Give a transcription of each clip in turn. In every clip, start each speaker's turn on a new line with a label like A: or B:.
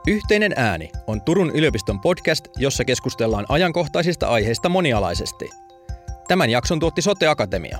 A: Yhteinen ääni on Turun yliopiston podcast, jossa keskustellaan ajankohtaisista aiheista monialaisesti. Tämän jakson tuotti Sote Akatemia.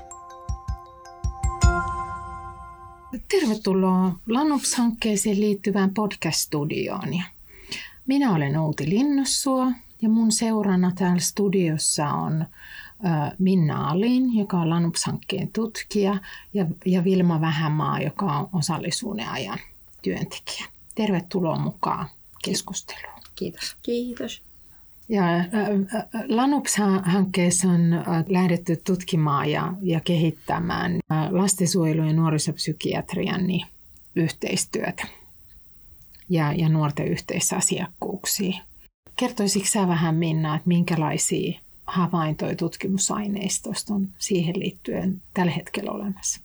B: Tervetuloa Lanups-hankkeeseen liittyvään podcast-studioon. Minä olen Outi Linnussuo ja mun seurana täällä studiossa on Minna Alin, joka on Lanups-hankkeen tutkija, ja Vilma Vähämaa, joka on osallisuuden ajan työntekijä. Tervetuloa mukaan keskusteluun.
C: Kiitos.
D: Kiitos.
B: Ja Lanups-hankkeessa on lähdetty tutkimaan ja kehittämään lastensuojelun ja nuorisopsykiatrian yhteistyötä ja nuorten yhteisasiakkuuksia. Kertoisitko sä vähän, Minna, että minkälaisia havaintoja tutkimusaineistosta on siihen liittyen tällä hetkellä olemassa?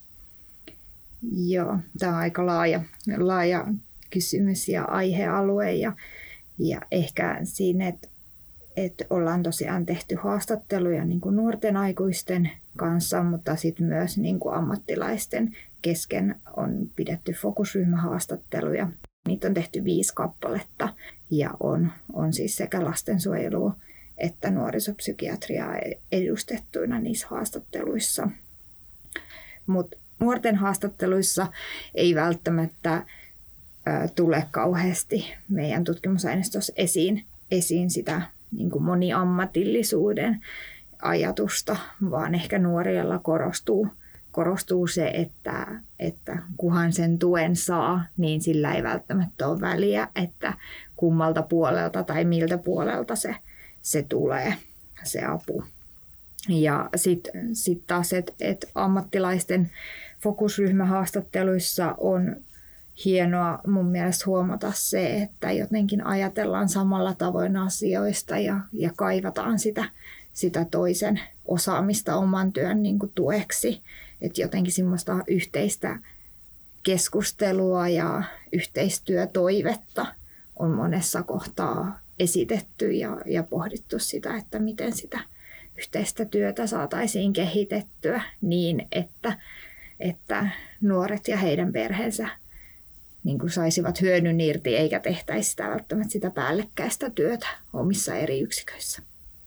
C: Joo, tämä on aika laaja kysymys ja aihealue ja ehkä siinä, että ollaan tosiaan tehty haastatteluja niin kuin nuorten aikuisten kanssa, mutta sitten myös niin kuin ammattilaisten kesken on pidetty fokusryhmähaastatteluja. Niitä on tehty 5 kappaletta ja on siis sekä lastensuojelua että nuorisopsykiatriaa edustettuina niissä haastatteluissa. Mutta nuorten haastatteluissa ei välttämättä tule kauheasti meidän tutkimusaineistossa esiin sitä niin kuin moniammatillisuuden ajatusta, vaan ehkä nuorilla korostuu se, että kunhan sen tuen saa, niin sillä ei välttämättä ole väliä, että kummalta puolelta tai miltä puolelta se tulee, se apu. Ja sitten taas, että ammattilaisten fokusryhmähaastatteluissa on hienoa mun mielestä huomata se, että jotenkin ajatellaan samalla tavoin asioista ja kaivataan sitä toisen osaamista oman työn niin kuin tueksi. Että jotenkin semmoista yhteistä keskustelua ja yhteistyötoivetta on monessa kohtaa esitetty ja pohdittu sitä, että miten sitä yhteistä työtä saataisiin kehitettyä niin, että nuoret ja heidän perheensä niin kuin saisivat hyödyn irti eikä tehtäisi sitä välttämättä sitä päällekkäistä työtä omissa eri yksiköissä.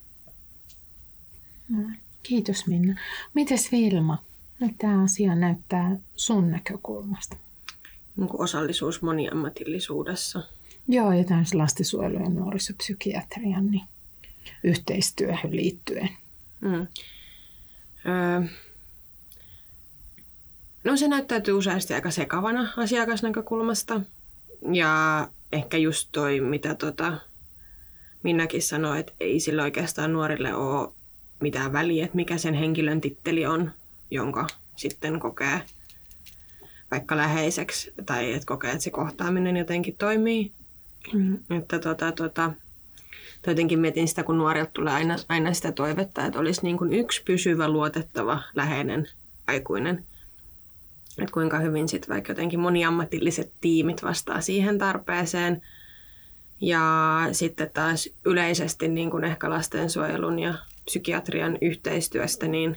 B: Kiitos, Minna. Mites Vilma? Miltä tämä asia näyttää sun näkökulmasta?
D: Osallisuus moniammatillisuudessa.
B: Joo, ja tämmöisen lastensuojelun ja nuorisopsykiatrian yhteistyöhön liittyen.
D: No se näyttäytyy useasti aika sekavana asiakasnäkökulmasta. Ja ehkä just toi, mitä Minnakin sanoi, että ei sillä oikeastaan nuorille ole mitään väliä, että mikä sen henkilön titteli on, jonka sitten kokee vaikka läheiseksi tai että kokee, että se kohtaaminen jotenkin toimii. Että jotenkin mietin sitä, kun nuorilta tulee aina sitä toivetta, että olisi niin kuin yksi pysyvä, luotettava, läheinen aikuinen. Että kuinka hyvin sitten vaikka jotenkin moniammatilliset tiimit vastaa siihen tarpeeseen. Ja sitten taas yleisesti niin kuin ehkä lastensuojelun ja psykiatrian yhteistyöstä niin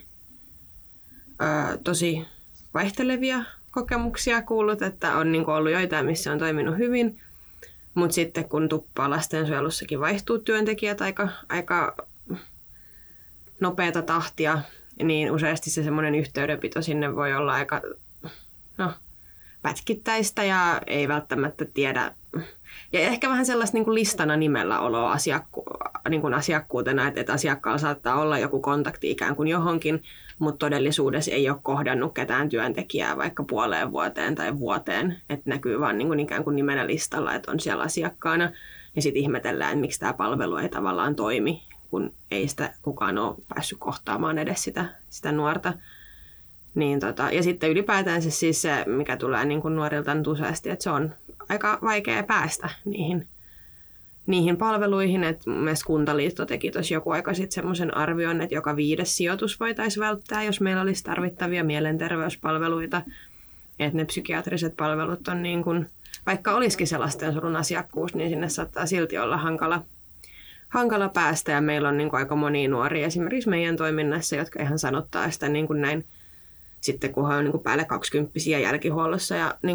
D: tosi vaihtelevia kokemuksia kuullut, että on niin kuin ollut joitain, missä on toiminut hyvin. Mutta sitten kun tuppaa lastensuojelussakin vaihtuu työntekijät aika nopeata tahtia, niin useasti se semmoinen yhteydenpito sinne voi olla aika pätkittäistä ja ei välttämättä tiedä. Ja ehkä vähän sellaista niin kuin listana nimellä oloa niin kuin asiakkuutena, että asiakkaalla saattaa olla joku kontakti ikään kuin johonkin, mutta todellisuudessa ei ole kohdannut ketään työntekijää vaikka puoleen vuoteen tai vuoteen. Että näkyy vaan niin kuin ikään kuin nimenä listalla, että on siellä asiakkaana. Ja sitten ihmetellään, että miksi tämä palvelu ei tavallaan toimi, kun ei sitä kukaan ole päässyt kohtaamaan edes sitä nuorta. Niin ja sitten ylipäätään siis se, mikä tulee niin kuin nuorilta nyt useasti, että se on aika vaikea päästä niihin palveluihin. Että mun mielestä Kuntaliitto teki tuossa joku aika sitten semmoisen arvion, että joka 5. sijoitus voitaisiin välttää, jos meillä olisi tarvittavia mielenterveyspalveluita. Että ne psykiatriset palvelut on niin kuin, vaikka olisikin se lastensuojelun asiakkuus, niin sinne saattaa silti olla hankala päästä. Ja meillä on niin kuin aika monia nuoria esimerkiksi meidän toiminnassa, jotka ihan sanottaa sitä niin kuin näin, sitten kun he on niin kuin päälle 20 jälkihuollossa ja niin kuin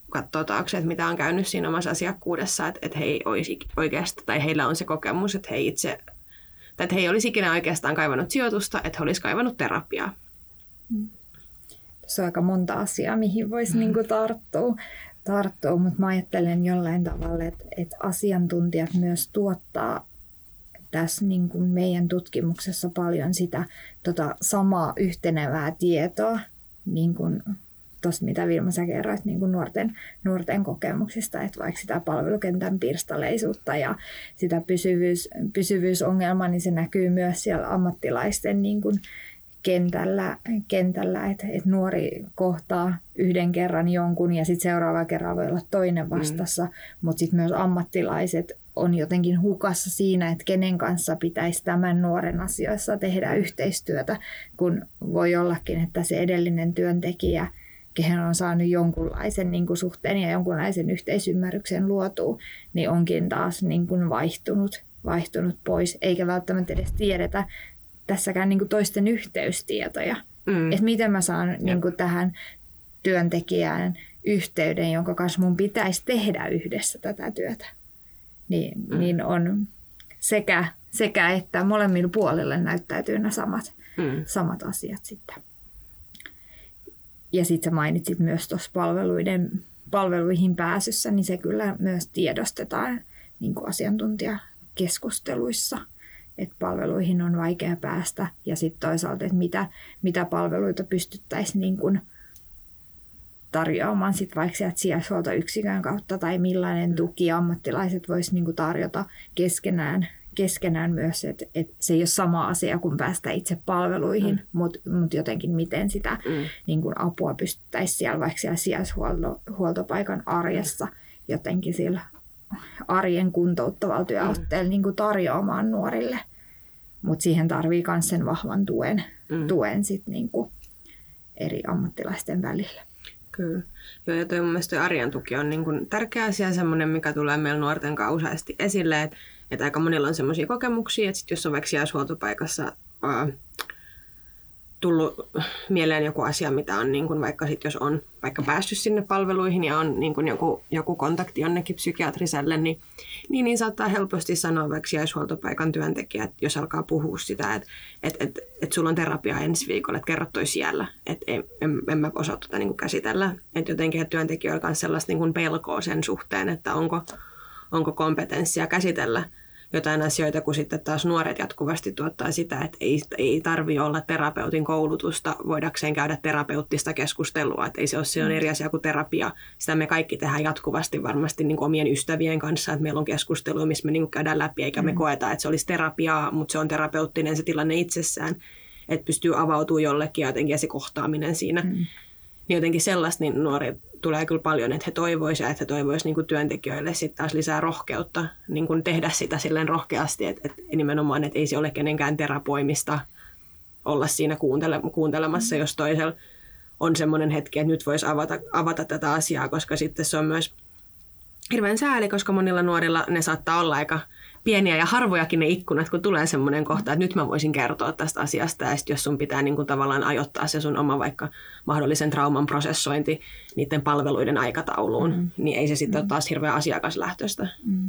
D: katsoo taakse, että mitä on käynyt siinä omassa asiakkuudessa, että he ei olisi oikeastaan, tai heillä on se kokemus, että he ei olisi ikinä oikeastaan kaivannut sijoitusta, että he olisi kaivannut terapiaa.
C: Se on aika monta asiaa, mihin voisi niin kuin tarttua, mutta mä ajattelen jollain tavalla, että asiantuntijat myös tuottaa tässä niin kuin meidän tutkimuksessa paljon sitä samaa yhtenevää tietoa, niin kuin tuossa mitä Vilma sä kerroit niin kuin nuorten kokemuksista, että vaikka sitä palvelukentän pirstaleisuutta ja sitä pysyvyysongelmaa, niin se näkyy myös siellä ammattilaisten niin kuin kentällä että nuori kohtaa yhden kerran jonkun ja sitten seuraava kerran voi olla toinen vastassa, mutta sitten myös ammattilaiset on jotenkin hukassa siinä, että kenen kanssa pitäisi tämän nuoren asioissa tehdä yhteistyötä, kun voi ollakin, että se edellinen työntekijä, kehen on saanut jonkunlaisen niin kuin suhteen ja jonkunlaisen yhteisymmärryksen luotua, niin onkin taas niin kuin vaihtunut pois, eikä välttämättä edes tiedetä tässäkään niin kuin toisten yhteystietoja. Että miten mä saan niin kuin tähän työntekijään yhteyden, jonka kanssa mun pitäisi tehdä yhdessä tätä työtä. Niin on sekä että molemmilla puolilla näyttäytyy nämä samat asiat sitten. Ja sitten sä mainitsit myös tuossa palveluihin pääsyssä, niin se kyllä myös tiedostetaan niin kuin asiantuntijakeskusteluissa, että palveluihin on vaikea päästä. Ja sitten toisaalta, että mitä palveluita pystyttäisiin niin kuin tarjoamaan sit vaikka sieltä sijaishuoltoyksikön kautta tai millainen tuki ammattilaiset voisivat niin kuin tarjota keskenään myös, että se ei ole sama asia kuin päästä itse palveluihin, mutta jotenkin miten sitä niin kuin apua pystyttäisiin siellä vaikka siellä sijaishuoltopaikan arjessa jotenkin sillä arjen kuntouttavalla työotteella niin kuin tarjoamaan nuorille. Mutta siihen tarvii myös sen vahvan tuen sit niin kuin eri ammattilaisten välillä.
D: Kyllä. Joo, ja toi mun mielestä toi arjen tuki on niin kuin tärkeä asia, semmoinen, mikä tulee meillä nuorten kanssa useasti esille, että aika monilla on semmoisia kokemuksia, että sit jos on vaikka sijaishuoltopaikassa tullut mieleen joku asia, mitä on niin kuin vaikka sit jos on vaikka päässyt sinne palveluihin ja on niin kuin joku kontakti jonnekin psykiatriselle, niin saattaa helposti sanoa vaikka sijaishuoltopaikan työntekijä, että jos alkaa puhua sitä, että sulla on terapia ensi viikolla, että kerro toi siellä, että en mä osaa tota niin kuin käsitellä. Että jotenkin että työntekijöillä on sellaista niin kuin pelkoa sen suhteen, että onko kompetenssia käsitellä jotain asioita, kun sitten taas nuoret jatkuvasti tuottaa sitä, että ei tarvitse olla terapeutin koulutusta voidakseen käydä terapeuttista keskustelua. Että ei se ole silloin eri asia kuin terapia. Sitä me kaikki tehdään jatkuvasti varmasti niin kuin omien ystävien kanssa, että meillä on keskustelua, missä me niin kuin käydään läpi, eikä me koeta, että se olisi terapiaa, mutta se on terapeuttinen se tilanne itsessään, että pystyy avautumaan jollekin jotenkin ja se kohtaaminen siinä. Niin jotenkin sellaista niin nuoria tulee kyllä paljon, että he toivoisivat niin työntekijöille sitten taas lisää rohkeutta niin kuin tehdä sitä silleen rohkeasti, että nimenomaan, että ei se ole kenenkään terapoimista olla siinä kuuntelemassa, jos toisella on semmoinen hetki, että nyt voisi avata tätä asiaa, koska sitten se on myös hirveän sääli, koska monilla nuorilla ne saattaa olla aika pieniä ja harvojakin ne ikkunat, kun tulee semmoinen kohta, että nyt mä voisin kertoa tästä asiasta. Ja sitten jos sun pitää niin kuin tavallaan ajoittaa se sun oma vaikka mahdollisen trauman prosessointi niiden palveluiden aikatauluun, niin ei se sitten ole taas hirveän asiakaslähtöistä.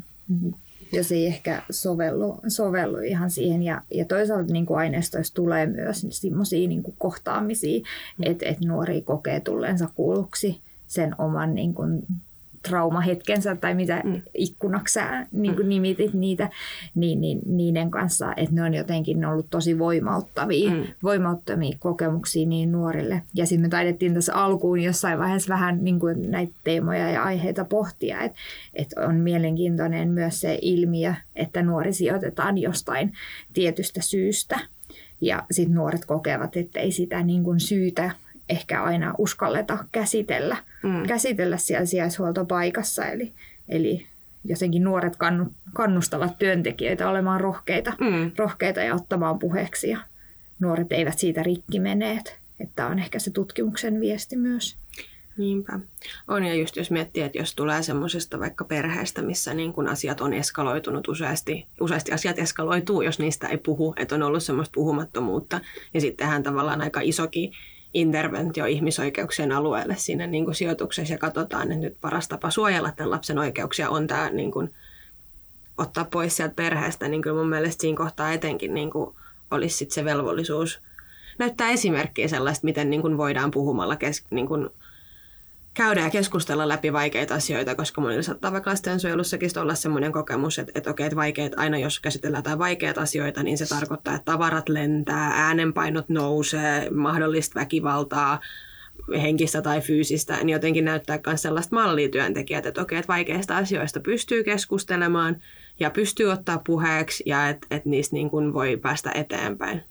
C: Ja se ei ehkä sovellu ihan siihen. Ja toisaalta niin kuin aineistoissa tulee myös semmoisia niin kuin kohtaamisia, että nuori kokee tulleensa kuulluksi sen oman niin kuin traumahetkensä tai mitä ikkunaksi sä niin kuin nimitit niitä, niiden kanssa, että ne on jotenkin ollut tosi voimauttavia kokemuksia niin nuorille. Ja sitten me taidettiin tässä alkuun jossain vaiheessa vähän niin kuin näitä teemoja ja aiheita pohtia, että on mielenkiintoinen myös se ilmiö, että nuori sijoitetaan jostain tietystä syystä. Ja sitten nuoret kokevat, että ei sitä niin kuin syytä ehkä aina uskalleta käsitellä siellä sijaishuoltopaikassa. Eli jotenkin nuoret kannustavat työntekijöitä olemaan rohkeita ja ottamaan puheeksi. Ja nuoret eivät siitä rikki meneet. Että on ehkä se tutkimuksen viesti myös.
D: Niinpä. On, ja just jos miettii, että jos tulee semmoisesta vaikka perheestä, missä niin kun asiat on eskaloitunut useasti asiat eskaloituu, jos niistä ei puhu, että on ollut semmoista puhumattomuutta. Ja sittenhän tavallaan aika interventio ihmisoikeuksien alueelle siinä niin kuin sijoituksessa ja katsotaan, että nyt paras tapa suojella tämän lapsen oikeuksia on tämä niin kuin ottaa pois sieltä perheestä, niin kyllä mun mielestä siinä kohtaa etenkin niin kuin olisi sit se velvollisuus näyttää esimerkkiä sellaista, miten niin kuin voidaan puhumalla niin kuin käydä ja keskustella läpi vaikeita asioita, koska monilla saattaa vaikka lastensuojelussakin olla sellainen kokemus, että okei, että vaikeat, aina jos käsitellään jotain vaikeita asioita, niin se tarkoittaa, että tavarat lentää, äänenpainot nousee, mahdollista väkivaltaa, henkistä tai fyysistä, niin jotenkin näyttää myös sellaista mallia työntekijät, että okei, että vaikeista asioista pystyy keskustelemaan ja pystyy ottaa puheeksi ja että niistä niin kuin voi päästä eteenpäin.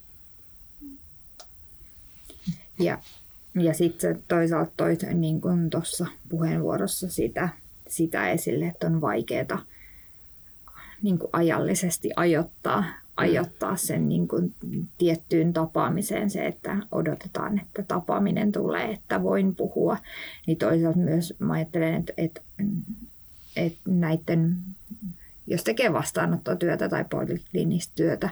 C: Ja sitten toisaalta toi, niin kuin tuossa puheenvuorossa sitä esille, että on vaikeaa niin kuin ajallisesti ajoittaa sen niin kuin tiettyyn tapaamiseen se, että odotetaan, että tapaaminen tulee, että voin puhua. Niin toisaalta myös mä ajattelen, että näiden, jos tekee vastaanottotyötä tai polikliinistä työtä,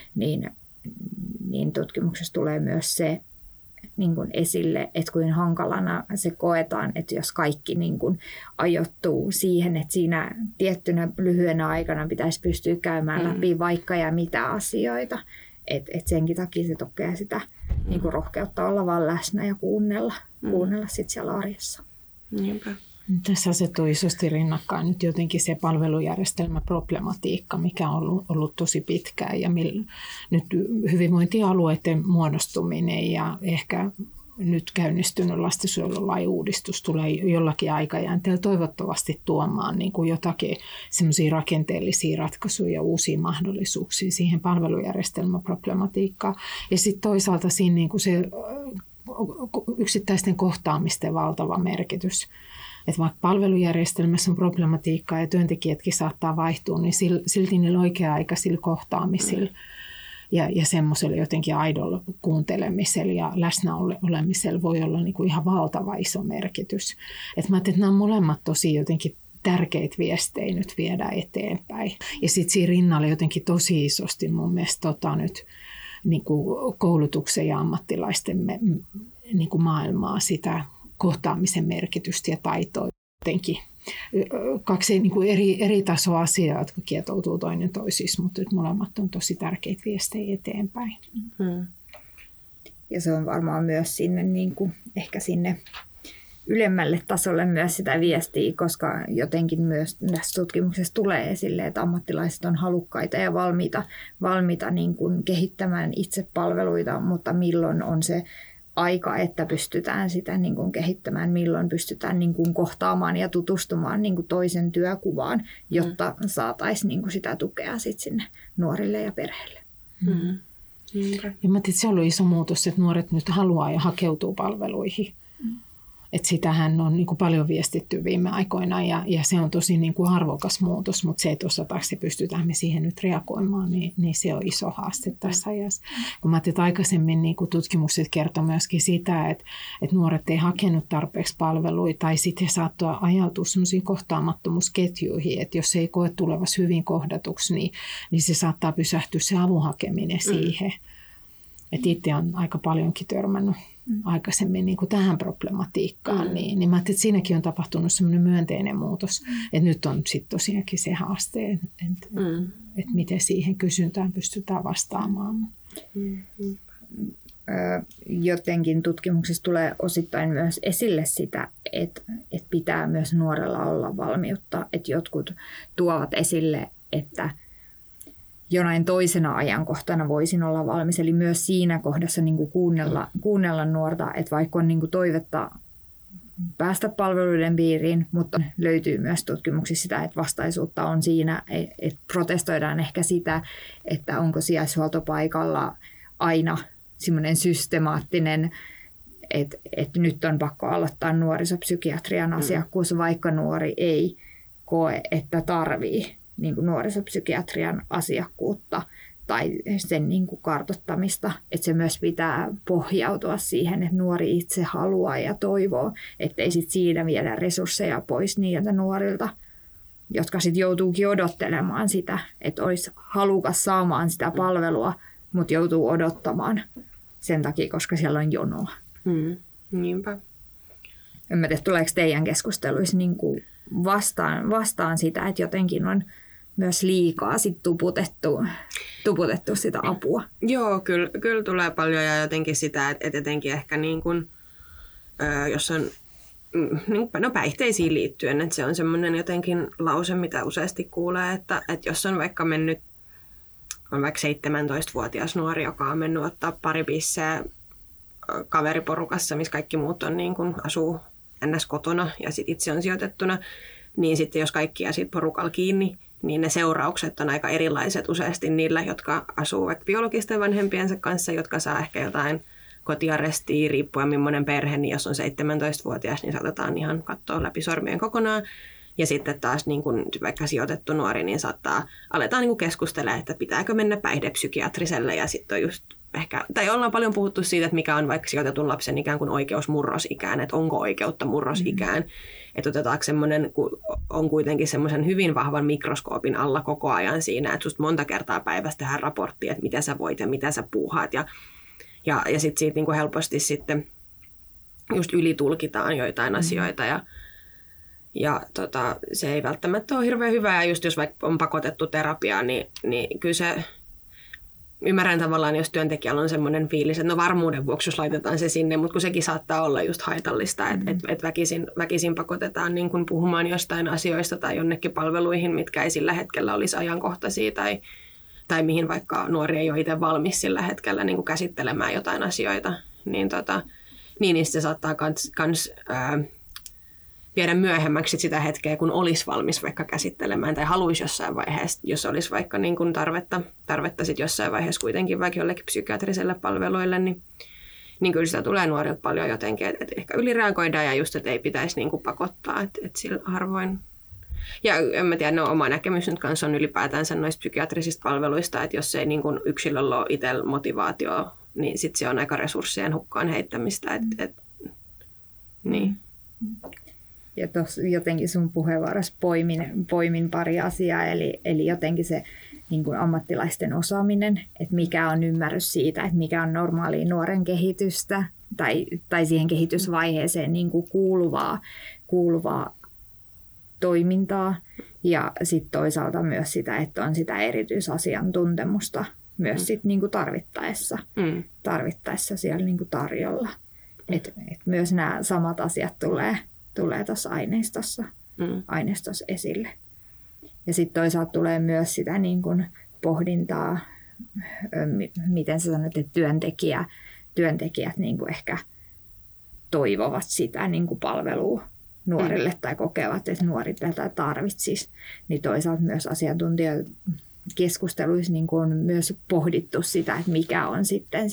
C: niin tutkimuksessa tulee myös se, niin kuin esille, että kuin hankalana se koetaan, että jos kaikki niin kuin ajoittuu siihen, että siinä tiettynä lyhyenä aikana pitäisi pystyä käymään läpi vaikka ja mitä asioita. Että senkin takia se tukee sitä niin kuin rohkeutta olla vaan läsnä ja kuunnella sit siellä arjessa.
D: Niinpä.
B: Tässä asettuu isosti rinnakkain nyt jotenkin se palvelujärjestelmäproblematiikka, mikä on ollut tosi pitkään ja nyt hyvinvointialueiden muodostuminen ja ehkä nyt käynnistynyt lastensuojelulain uudistus tulee jollakin aikajänteellä toivottavasti tuomaan niin kuin jotakin semmoisia rakenteellisia ratkaisuja ja uusia mahdollisuuksia siihen palvelujärjestelmäproblematiikkaan. Ja sitten toisaalta siinä niin kuin se yksittäisten kohtaamisten valtava merkitys. Että vaikka palvelujärjestelmässä on problematiikkaa ja työntekijätkin saattaa vaihtua, niin silti niillä oikea-aikaisilla kohtaamisilla ja semmoisella jotenkin aidolla kuuntelemisella ja läsnä olemisella voi olla niin kuin ihan valtava iso merkitys. Että mä ajattelin, että nämä on molemmat tosi jotenkin tärkeitä viestejä nyt viedä eteenpäin. Ja sitten siinä rinnalla jotenkin tosi isosti mun mielestä nyt niin kuin koulutuksen ja ammattilaisten niin kuin maailmaa sitä kohtaamisen merkitystä ja taitoa jotenkin. Kaksi niin kuin eri tasoa asiaa, jotka kietoutuu toinen toisissa, mutta nyt molemmat on tosi tärkeitä viestejä eteenpäin.
C: Ja se on varmaan myös sinne, niin kuin, ehkä sinne ylemmälle tasolle myös sitä viestiä, koska jotenkin myös tässä tutkimuksessa tulee esille, että ammattilaiset on halukkaita ja valmiita niin kuin kehittämään itse palveluita, mutta milloin on se aika, että pystytään sitä niin kuin kehittämään, milloin pystytään niin kuin kohtaamaan ja tutustumaan niin kuin toisen työkuvaan, jotta saataisiin niin kuin sitä tukea sit sinne nuorille ja perheille.
B: Ja mä tiedän, se on ollut iso muutos, että nuoret nyt haluaa ja hakeutuu palveluihin. Että sitähän on niin kuin paljon viestitty viime aikoina ja se on tosi niin kuin arvokas muutos, mutta se, että osataanko se pystytään me siihen nyt reagoimaan, niin se on iso haaste tässä ajassa. Kun mä ajattelin, että aikaisemmin niin kuin tutkimukset kertovat myöskin sitä, että nuoret ei hakenut tarpeeksi palveluita tai sitten he saattoi ajautua sellaisiin kohtaamattomuusketjuihin, että jos ei koe tulevassa hyvin kohdatuksi, niin se saattaa pysähtyä se avun hakeminen siihen. Että itse on aika paljonkin törmännyt aikaisemmin niin kuin tähän problematiikkaan, niin mä ajattelin, että siinäkin on tapahtunut semmoinen myönteinen muutos. Että nyt on sitten tosiaankin se haaste, että miten siihen kysyntään pystytään vastaamaan.
C: Jotenkin tutkimuksessa tulee osittain myös esille sitä, että pitää myös nuorella olla valmiutta. Että jotkut tuovat esille, että jonain toisena ajankohtana voisin olla valmis. Eli myös siinä kohdassa niin kuin kuunnella nuorta, että vaikka on niin kuin toivetta päästä palveluiden piiriin, mutta löytyy myös tutkimuksissa sitä, että vastaisuutta on siinä, että protestoidaan ehkä sitä, että onko sijaishuoltopaikalla aina semmoinen systemaattinen, että nyt on pakko aloittaa nuorisopsykiatrian asiakkuus, vaikka nuori ei koe, että tarvii niin kuin nuorisopsykiatrian asiakkuutta tai sen niin kuin kartoittamista, että se myös pitää pohjautua siihen, että nuori itse haluaa ja toivoo, ettei sit siinä viedä resursseja pois niiltä nuorilta, jotka sitten joutuukin odottelemaan sitä, että olisi halukas saamaan sitä palvelua, mutta joutuu odottamaan sen takia, koska siellä on jonoa.
D: Niinpä.
C: En mä tiedä, tuleeko teidän keskusteluissa niin kuin vastaan sitä, että jotenkin on myös liikaa sit tuputettu sitä apua.
D: Joo, kyllä tulee paljon ja jotenkin sitä, että etenkin ehkä niin kuin, jos on päihteisiin liittyen, että se on semmoinen jotenkin lause, mitä useasti kuulee, että jos on vaikka on vaikka 17-vuotias nuori, joka on mennyt ottaa pari bisseä kaveriporukassa, missä kaikki muut on niin kuin asuu ns. Kotona ja sit itse on sijoitettuna, niin sitten jos kaikki jää siitä porukalla kiinni, niin ne seuraukset on aika erilaiset useasti niillä, jotka asuu vaikka biologisten vanhempiensa kanssa, jotka saa ehkä jotain kotiarestia, riippuen millainen perhe, niin jos on 17-vuotias, niin saatetaan ihan katsoa läpi sormien kokonaan. Ja sitten taas niin kun vaikka sijoitettu nuori, niin aletaan niin keskustella, että pitääkö mennä päihdepsykiatriselle ja sitten on just ehkä, tai ollaan paljon puhuttu siitä, että mikä on vaikka sijoitetun lapsen ikään kuin oikeus murrosikään, että onko oikeutta murrosikään. Että otetaanko semmoinen, kun on kuitenkin semmoisen hyvin vahvan mikroskoopin alla koko ajan siinä, että susta monta kertaa päivässä tehdään raporttia, että mitä sä voit ja mitä sä puuhaat. Ja sitten siitä niin kuin helposti sitten just ylitulkitaan joitain asioita ja se ei välttämättä ole hirveän hyvää. Ja just jos vaikka on pakotettu terapiaan, niin kyllä se ymmärrän tavallaan, jos työntekijällä on semmoinen fiilis, että no varmuuden vuoksi, jos laitetaan se sinne, mutta kun sekin saattaa olla just haitallista, että väkisin pakotetaan niin kuin puhumaan jostain asioista tai jonnekin palveluihin, mitkä ei sillä hetkellä olisi ajankohtaisia tai mihin vaikka nuori ei ole itse valmis sillä hetkellä niin kuin käsittelemään jotain asioita, niin se saattaa kans viedä myöhemmäksi sitä hetkeä, kun olisi valmis vaikka käsittelemään tai haluaisi jossain vaiheessa, jos olisi vaikka niin kuin tarvetta sit jossain vaiheessa kuitenkin vaikka jollekin psykiatriselle palveluille, niin kyllä sitä tulee nuorilta paljon jotenkin, että ehkä ylireagoidaan ja just, että ei pitäisi niin kuin pakottaa, että sillä harvoin. Ja en mä tiedä, oma näkemys nyt kanssa on ylipäätänsä noista psykiatrisista palveluista, että jos ei niin kuin yksilöllä ole itsellä motivaatio, niin sitten se on aika resurssien hukkaan heittämistä. Niin.
C: Ja tuossa jotenkin sun puheenvuorossa poimin pari asiaa, eli jotenkin se niin kuin ammattilaisten osaaminen, että mikä on ymmärrys siitä, että mikä on normaalia nuoren kehitystä tai siihen kehitysvaiheeseen niin kuin kuuluvaa toimintaa ja sitten toisaalta myös sitä, että on sitä erityisasiantuntemusta myös sit niin kuin tarvittaessa siellä niin kuin tarjolla. Et myös nämä samat asiat tulee tuossa aineistossa esille. Ja sitten toisaalta tulee myös sitä niin kuin pohdintaa, miten sä sanot, että työntekijät niin kuin ehkä toivovat sitä niin kuin palvelua nuorille tai kokevat, että nuori tätä tarvitsisi. Niin toisaalta myös asiantuntijakeskusteluissa niin kuin on myös pohdittu sitä, että mikä on sitten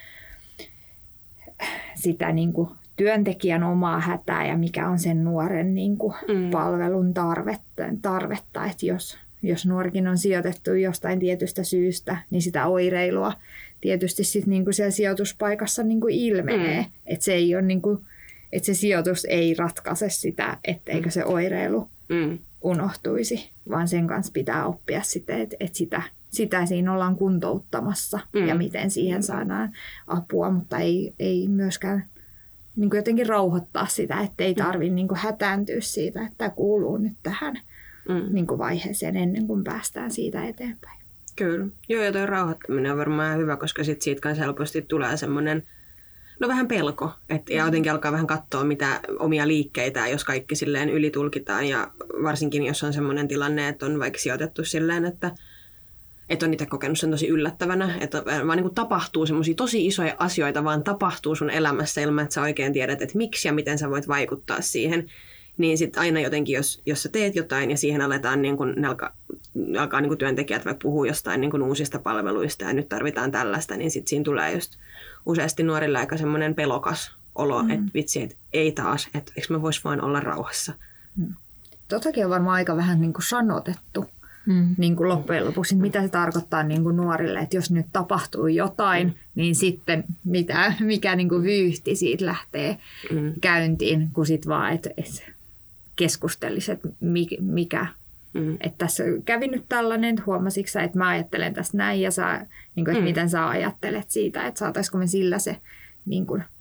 C: sitä niin kuin työntekijän omaa hätää ja mikä on sen nuoren niin kuin palvelun tarvetta. Että jos nuorikin on sijoitettu jostain tietystä syystä, niin sitä oireilua tietysti sit niin kuin siellä sijoituspaikassa niin kuin ilmenee. Että se ei ole niin kuin, että se sijoitus ei ratkaise sitä, etteikö se oireilu unohtuisi, vaan sen kanssa pitää oppia sitten, että sitä siinä ollaan kuntouttamassa ja miten siihen saadaan apua, mutta ei myöskään niin kuin jotenkin rauhoittaa sitä, että ei tarvitse niin kuin hätääntyä siitä, että tämä kuuluu nyt tähän niin kuin vaiheeseen ennen kuin päästään siitä eteenpäin.
D: Kyllä. Joo, ja tuo rauhoittaminen on varmaan hyvä, koska siitä kanssa helposti tulee semmoinen vähän pelko, ja jotenkin alkaa vähän katsoa mitä omia liikkeitä, jos kaikki silleen ylitulkitaan, ja varsinkin jos on semmoinen tilanne, että on vaikka sijoitettu silleen, että on itse kokenut sen tosi yllättävänä, että vaan niin kuin tapahtuu semmoisia tosi isoja asioita, vaan tapahtuu sun elämässä ilman, että sä oikein tiedät, että miksi ja miten sä voit vaikuttaa siihen. Niin sitten aina jotenkin, jos sä teet jotain ja siihen aletaan niin kuin, alkaa niin kuin työntekijät vaikka puhua jostain niin kuin uusista palveluista ja nyt tarvitaan tällaista, niin sitten siinä tulee just useasti nuorille aika semmoinen pelokas olo, että vitsi, että ei taas, että eikö mä vois vaan olla rauhassa.
C: Totakin on varmaan aika vähän niin kuin sanotettu. Niin kuin loppujen lopuksi, mitä se tarkoittaa niin kuin nuorille, että jos nyt tapahtuu jotain, niin sitten mikä niin kuin vyyhti siitä lähtee käyntiin, kun sitten vaan, että keskustelisi, että mikä, että tässä kävi nyt tällainen, että huomasitko sä, että mä ajattelen tästä näin ja sä, niin kuin, että miten sä ajattelet siitä, että saataisiko me sillä se niin kuin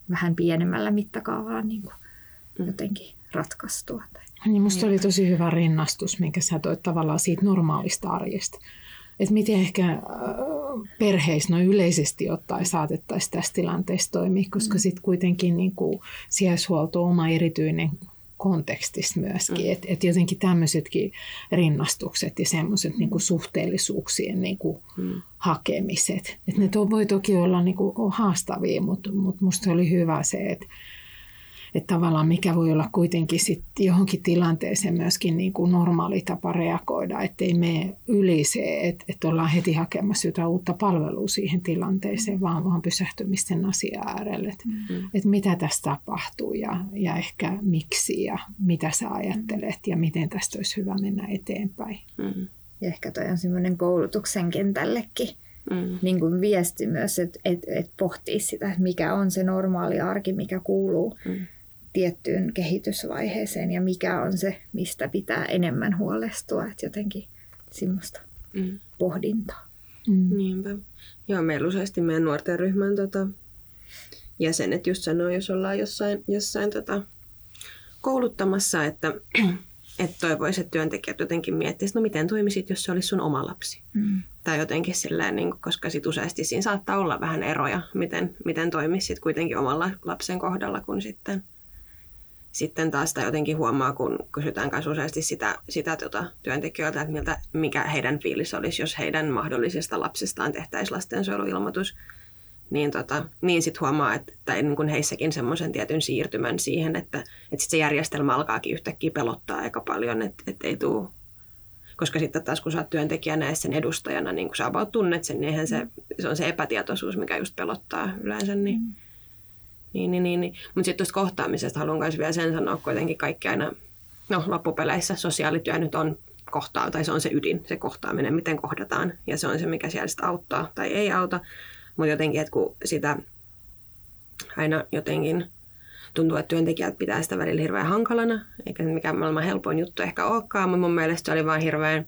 C: vähän pienemmällä mittakaavalla niin kuin jotenkin ratkaistua.
B: Niin musta oli tosi hyvä rinnastus, minkä sä toit tavallaan siitä normaalista arjesta. Että miten ehkä perheissä noin yleisesti ottaen saatettaisiin tässä tilanteessa toimia, koska sitten kuitenkin niin kuin sijaishuolto on oma erityinen kontekstista myöskin. Että jotenkin tämmöisetkin rinnastukset ja semmoiset niin kuin suhteellisuuksien niin kuin hakemiset. Että ne voi toki olla niin kuin haastavia, mutta musta oli hyvä se, että tavallaan mikä voi olla kuitenkin sit johonkin tilanteeseen myöskin niin kuin normaali tapa reagoida, ettei mene yli se, että ollaan heti hakemassa jotain uutta palvelua siihen tilanteeseen, vaan pysähtymisten asian äärelle. Että mitä tässä tapahtuu ja ehkä miksi ja mitä sä ajattelet ja miten tästä olisi hyvä mennä eteenpäin.
C: Ja ehkä toi on semmoinen koulutuksen kentällekin niin kuin viesti myös, että pohtii sitä, että mikä on se normaali arki, mikä kuuluu tiettyyn kehitysvaiheeseen ja mikä on se, mistä pitää enemmän huolestua. Että jotenkin semmoista pohdintaa.
D: Niinpä. Joo, meillä useasti meidän nuorten ryhmän jäsenet just sanoo, jos ollaan jossain kouluttamassa, että toivoisi, että työntekijät jotenkin miettisivät, no miten toimisit, jos se olisi sun oma lapsi. Tai jotenkin silleen, niin, koska sit useasti siinä saattaa olla vähän eroja, miten toimisit kuitenkin omalla lapsen kohdalla, kun sitten taas sitä jotenkin huomaa, kun kysytään kanssa useasti sitä työntekijöiltä, että mikä heidän fiilis olisi, jos heidän mahdollisesta lapsestaan tehtäisiin lastensuojeluilmoitus. Niin sitten huomaa, että niin kun heissäkin semmoisen tietyn siirtymän siihen, että sit se järjestelmä alkaakin yhtäkkiä pelottaa aika paljon, että ei tule. Koska sitten taas kun sä oot työntekijänä ja sen edustajana, niin kun sä about tunnet sen, niin eihän se on se epätietoisuus, mikä just pelottaa yleensä. Niin. Mutta sitten tuosta kohtaamisesta haluan myös vielä sen sanoa, kuitenkin kaikki aina, loppupeleissä sosiaalityö nyt on kohtaa, tai se on se ydin, se kohtaaminen, miten kohdataan. Ja se on se, mikä siellä sitä auttaa tai ei auta. Mutta jotenkin, että kun sitä aina jotenkin tuntuu, että työntekijät pitää sitä välillä hirveän hankalana, eikä se mikään maailman helpoin juttu ehkä olekaan, mutta mun mielestä se oli vaan hirveän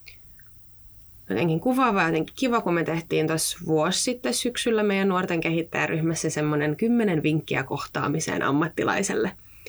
D: jotenkin kuvaava ja jotenkin kiva, kun me tehtiin tuossa vuosi sitten syksyllä meidän nuorten kehittäjäryhmässä semmoinen 10 vinkkiä kohtaamiseen ammattilaiselle.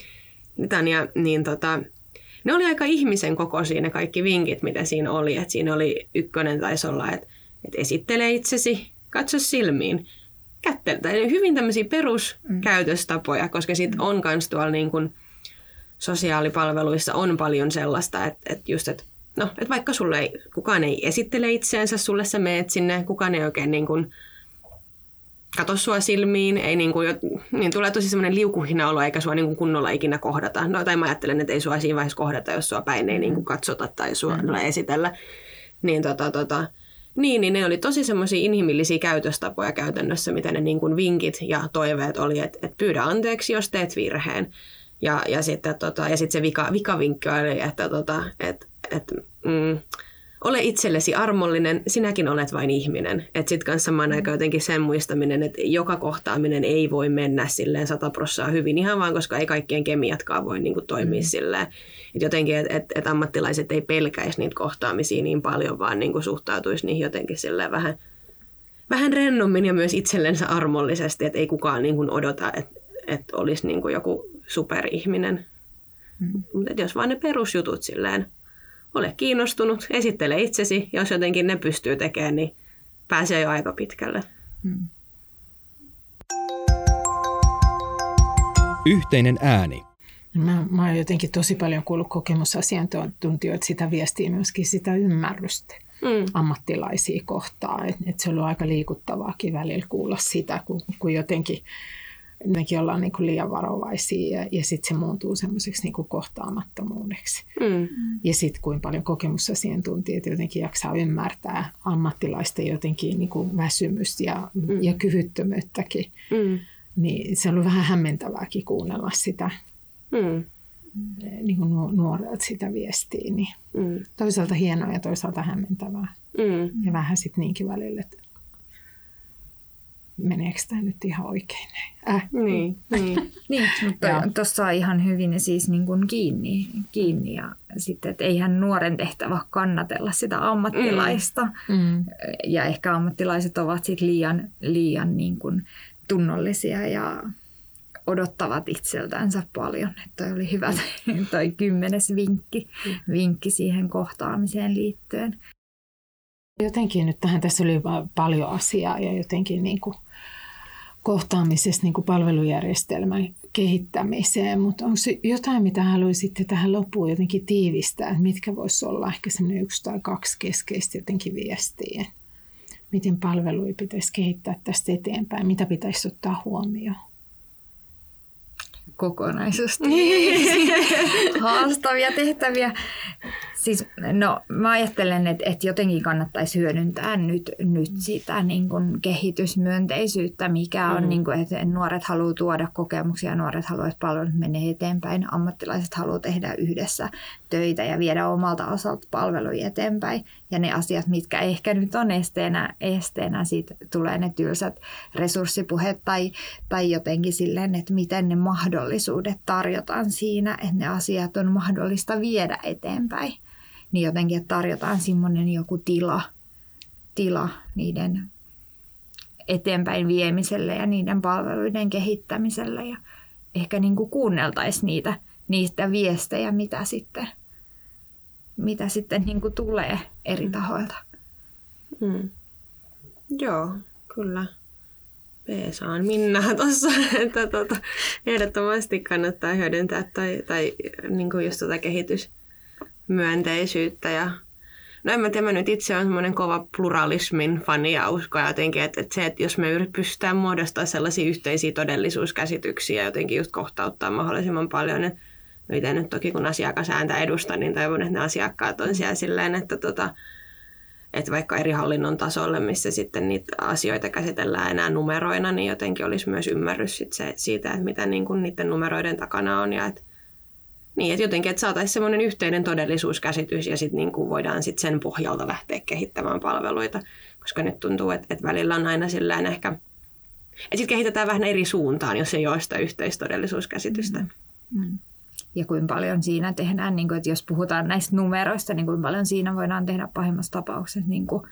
D: Ne oli aika ihmisen kokoisia ne kaikki vinkit, mitä siinä oli. Et siinä oli ykkönen taisi olla, että esittele itsesi, katso silmiin, kätteltä. Hyvin tämmöisiä peruskäytöstapoja, koska sitten on myös tuolla niin kuin sosiaalipalveluissa on paljon sellaista, että vaikka kukaan ei esittele itseensä, sulle sä meet sinne, kukaan ei oikein niin kuin katso sua silmiin, ei niin tulee tosi semmoinen liukuhina olo, eikä sua niin kuin kunnolla ikinä kohdata. No, tai mä ajattelen, että ei sua siinä vaiheessa kohdata, jos sua päin ei niin kuin katsota tai sua esitellä. Niin ne oli tosi semmoisia inhimillisiä käytöstapoja käytännössä, mitä ne niin kuin vinkit ja toiveet oli, että pyydä anteeksi, jos teet virheen. Ja sitten se vikavinkki oli, että ole itsellesi armollinen, sinäkin olet vain ihminen. Että sitten kanssa samaan aikaan jotenkin sen muistaminen, että joka kohtaaminen ei voi mennä silleen 100% hyvin ihan vaan, koska ei kaikkien kemiatkaan voi niin kuin toimia silleen. Että jotenkin, että ammattilaiset ei pelkäisi niitä kohtaamisia niin paljon, vaan niin kuin suhtautuisi niihin jotenkin silleen vähän rennommin ja myös itsellensä armollisesti, että ei kukaan niin kuin odota, että olisi niin kuin joku superihminen. Mutta jos vaan ne perusjutut silleen, ole kiinnostunut, esittele itsesi, jos jotenkin ne pystyy tekemään, niin pääsee jo aika pitkälle.
A: Yhteinen ääni.
B: Mä oon jotenkin tosi paljon kuullut kokemusasiantuntijoita sitä viestiä myöskin sitä ymmärrystä ammattilaisia kohtaan. Et se on ollut aika liikuttavaakin välillä kuulla sitä, kun jotenkin mekin ollaan niin kuin liian varovaisia ja sitten se muuntuu semmoiseksi niin kuin kohtaamattomuudeksi. Ja sitten kuinka paljon kokemusasiantuntijat jotenkin jaksaa ymmärtää ammattilaisten jotenkin niin kuin väsymystä ja kyvyttömyyttäkin. Niin se on ollut vähän hämmentävääkin kuunnella sitä niin kuin nuorelta sitä viestiä. Niin toisaalta hienoa ja toisaalta hämmentävää. Ja vähän sitten niinkin välillä, että meneekö tämä nyt ihan oikein?
D: Niin,
C: mutta tuossa on ihan hyvin siis niin kuin kiinni ja sitten, että eihän nuoren tehtävä kannatella sitä ammattilaista. Ja ehkä ammattilaiset ovat sitten liian niin kuin tunnollisia ja odottavat itseltänsä paljon. Että toi oli hyvä toi 10. vinkki siihen kohtaamiseen liittyen.
B: Jotenkin nyt tässä oli paljon asiaa ja jotenkin niin kuin kohtaamisesta niin kuin palvelujärjestelmän kehittämiseen, mutta onko se jotain, mitä haluaisitte tähän loppuun jotenkin tiivistää, että mitkä voisi olla ehkä semmoinen 1 tai 2 keskeistä jotenkin viestiä, miten palveluja pitäisi kehittää tästä eteenpäin, mitä pitäisi ottaa huomioon?
C: Kokonaisuasti haastavia tehtäviä. Siis, no, mä ajattelen, että jotenkin kannattaisi hyödyntää nyt sitä niin kuin kehitysmyönteisyyttä, mikä on, niin kuin, että nuoret haluaa tuoda kokemuksia, nuoret haluaa, että palvelut menee eteenpäin, ammattilaiset haluaa tehdä yhdessä töitä ja viedä omalta osalta palveluja eteenpäin. Ja ne asiat, mitkä ehkä nyt on esteenä siitä tulee ne tylsät resurssipuheet tai jotenkin silleen, että miten ne mahdollisuudet tarjotaan siinä, että ne asiat on mahdollista viedä eteenpäin. Niin jotenkin, että tarjotaan semmoinen joku tila niiden eteenpäin viemiselle ja niiden palveluiden kehittämiselle. Ja ehkä niin kuin kuunneltaisiin niistä viestejä, mitä sitten niin kuin tulee eri tahoilta.
D: Joo, kyllä. Peesaan Minnaa tuossa, että ehdottomasti kannattaa hyödyntää tai niin kuin just kehitysmyönteisyyttä. Ja no en mä tiedä, mä nyt itse on semmoinen kova pluralismin fani ja usko jotenkin, että se, että jos me pystytään muodostamaan sellaisia yhteisiä todellisuuskäsityksiä ja jotenkin just kohtauttaa mahdollisimman paljon, että itse nyt toki kun asiakasääntä edustan, niin toivon, että ne asiakkaat on siellä silleen, että vaikka eri hallinnon tasolle, missä sitten niitä asioita käsitellään enää numeroina, niin jotenkin olisi myös ymmärrys siitä, että mitä niin kuin niiden numeroiden takana on. Ja että jotenkin, että saataisiin semmoinen yhteinen todellisuuskäsitys ja sitten niin kuin voidaan sitten sen pohjalta lähteä kehittämään palveluita. Koska nyt tuntuu, että välillä on aina sillään ehkä, että sitten kehitetään vähän eri suuntaan, jos ei ole sitä yhteistodellisuuskäsitystä.
C: Ja kuinka paljon siinä tehdään, niin kuin, että jos puhutaan näistä numeroista, niin kuinka paljon siinä voidaan tehdä pahimmassa tapauksessa niin kuin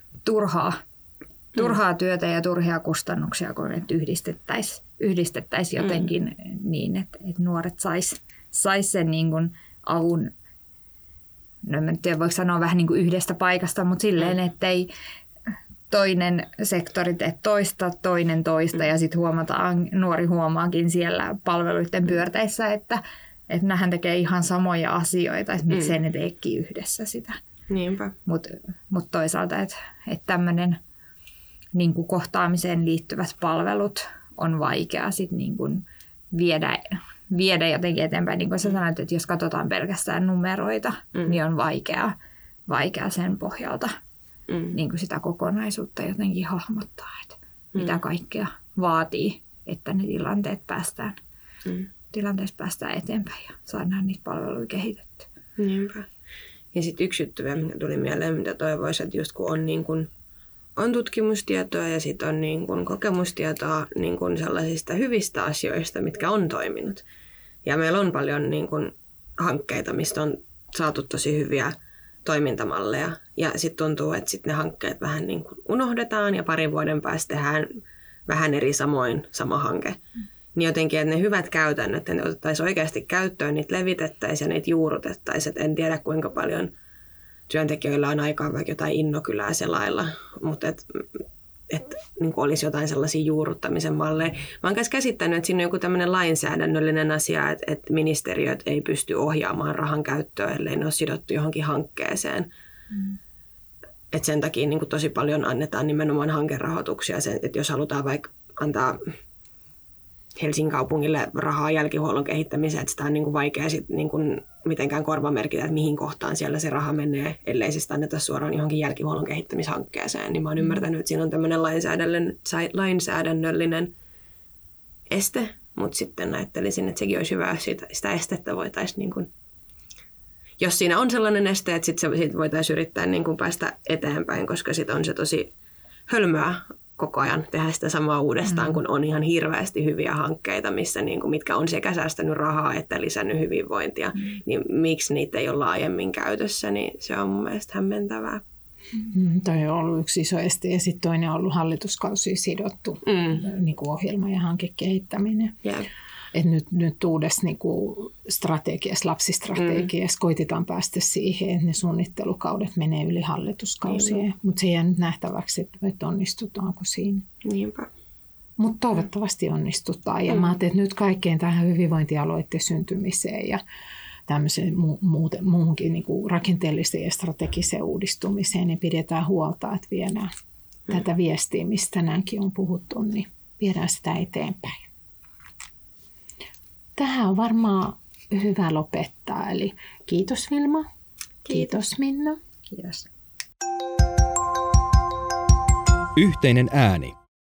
C: turhaa työtä ja turhia kustannuksia, kun ne yhdistettäisiin jotenkin niin, että nuoret sais sen niin kuin avun, no en tiedä voiko sanoa vähän niin kuin yhdestä paikasta, mutta silleen, ettei toinen sektori tee toinen toista ja sitten nuori huomaakin siellä palveluiden pyörteissä, että nämähän tekee ihan samoja asioita, että miksei ne teekin yhdessä sitä.
D: Niinpä.
C: Mut toisaalta, että tämmöinen niin kuin kohtaamiseen liittyvät palvelut on vaikea sit niin kuin viedä jotenkin eteenpäin. Niin kuin sä sanoit, että jos katsotaan pelkästään numeroita, niin on vaikea sen pohjalta niin kuin sitä kokonaisuutta jotenkin hahmottaa, että mitä kaikkea vaatii, että ne tilanteessa päästään eteenpäin ja saadaan niitä palveluja kehitettyä.
D: Niinpä. Ja sitten yksi juttu, mikä tuli mieleen, mitä toivoisin, että just kun on, niin kun, on tutkimustietoa ja sitten on niin kun kokemustietoa niin kun sellaisista hyvistä asioista, mitkä on toiminut. Ja meillä on paljon niin kun hankkeita, mistä on saatu tosi hyviä toimintamalleja. Ja sitten tuntuu, että sit ne hankkeet vähän niin kun unohdetaan ja parin vuoden päästä tehdään vähän eri samoin sama hanke. Niin jotenkin, että ne hyvät käytännöt, että ne otettaisiin oikeasti käyttöön, niitä levitettäisiin ja niitä juurrutettaisiin. En tiedä, kuinka paljon työntekijöillä on aikaa vaikka jotain innokylää selailla, mutta että niin olisi jotain sellaisia juurruttamisen malleja. Mä oon myös käsittänyt, että siinä on joku tämmöinen lainsäädännöllinen asia, että ministeriöt ei pysty ohjaamaan rahan käyttöön, ellei ne ole sidottu johonkin hankkeeseen. Että sen takia niin tosi paljon annetaan nimenomaan hankerahoituksia. Että jos halutaan vaikka antaa Helsingin kaupungille rahaa jälkihuollon kehittämiseen, että sitä on niin kuin vaikea sit niin kuin mitenkään korvamerkitä, että mihin kohtaan siellä se raha menee, ellei sitä anneta suoraan johonkin jälkihuollon kehittämishankkeeseen. Niin mä oon ymmärtänyt, että siinä on tämmöinen lainsäädännöllinen este, mutta sitten ajattelisin, että sekin olisi hyvä, jos sitä estettä voitaisiin, niin kuin, jos siinä on sellainen este, että sitten siitä voitaisiin yrittää niin kuin päästä eteenpäin, koska sitten on se tosi hölmöä koko ajan tehdä sitä samaa uudestaan, kun on ihan hirveästi hyviä hankkeita, missä, niin kuin, mitkä on sekä säästänyt rahaa että lisännyt hyvinvointia. Niin miksi niitä ei ole laajemmin käytössä, niin se on mun mielestä hämmentävää.
B: Toi on ollut yksi iso este ja sitten toinen on ollut hallituskausiin sidottu niin kuin ohjelma- ja hankekehittäminen.
D: Yeah.
B: Et nyt uudessa niin kuin strategiassa, lapsistrategiassa koitetaan päästä siihen, että ne suunnittelukaudet menee yli hallituskausien. Mutta se jää nyt nähtäväksi, että onnistutaanko siinä.
D: Niinpä.
B: Mutta toivottavasti onnistutaan. Ja mä ajattelin, että nyt kaikkeen tähän hyvinvointialueiden syntymiseen ja tämmöiseen muuhunkin niin kuin rakenteelliseen ja strategiseen uudistumiseen, niin pidetään huolta, että viedään tätä viestiä, mistä tänäänkin on puhuttu, niin viedään sitä eteenpäin. Tähän on varmaan hyvä lopettaa. Eli kiitos Vilma. Kiitos Minna.
C: Kiitos.
A: Yhteinen ääni.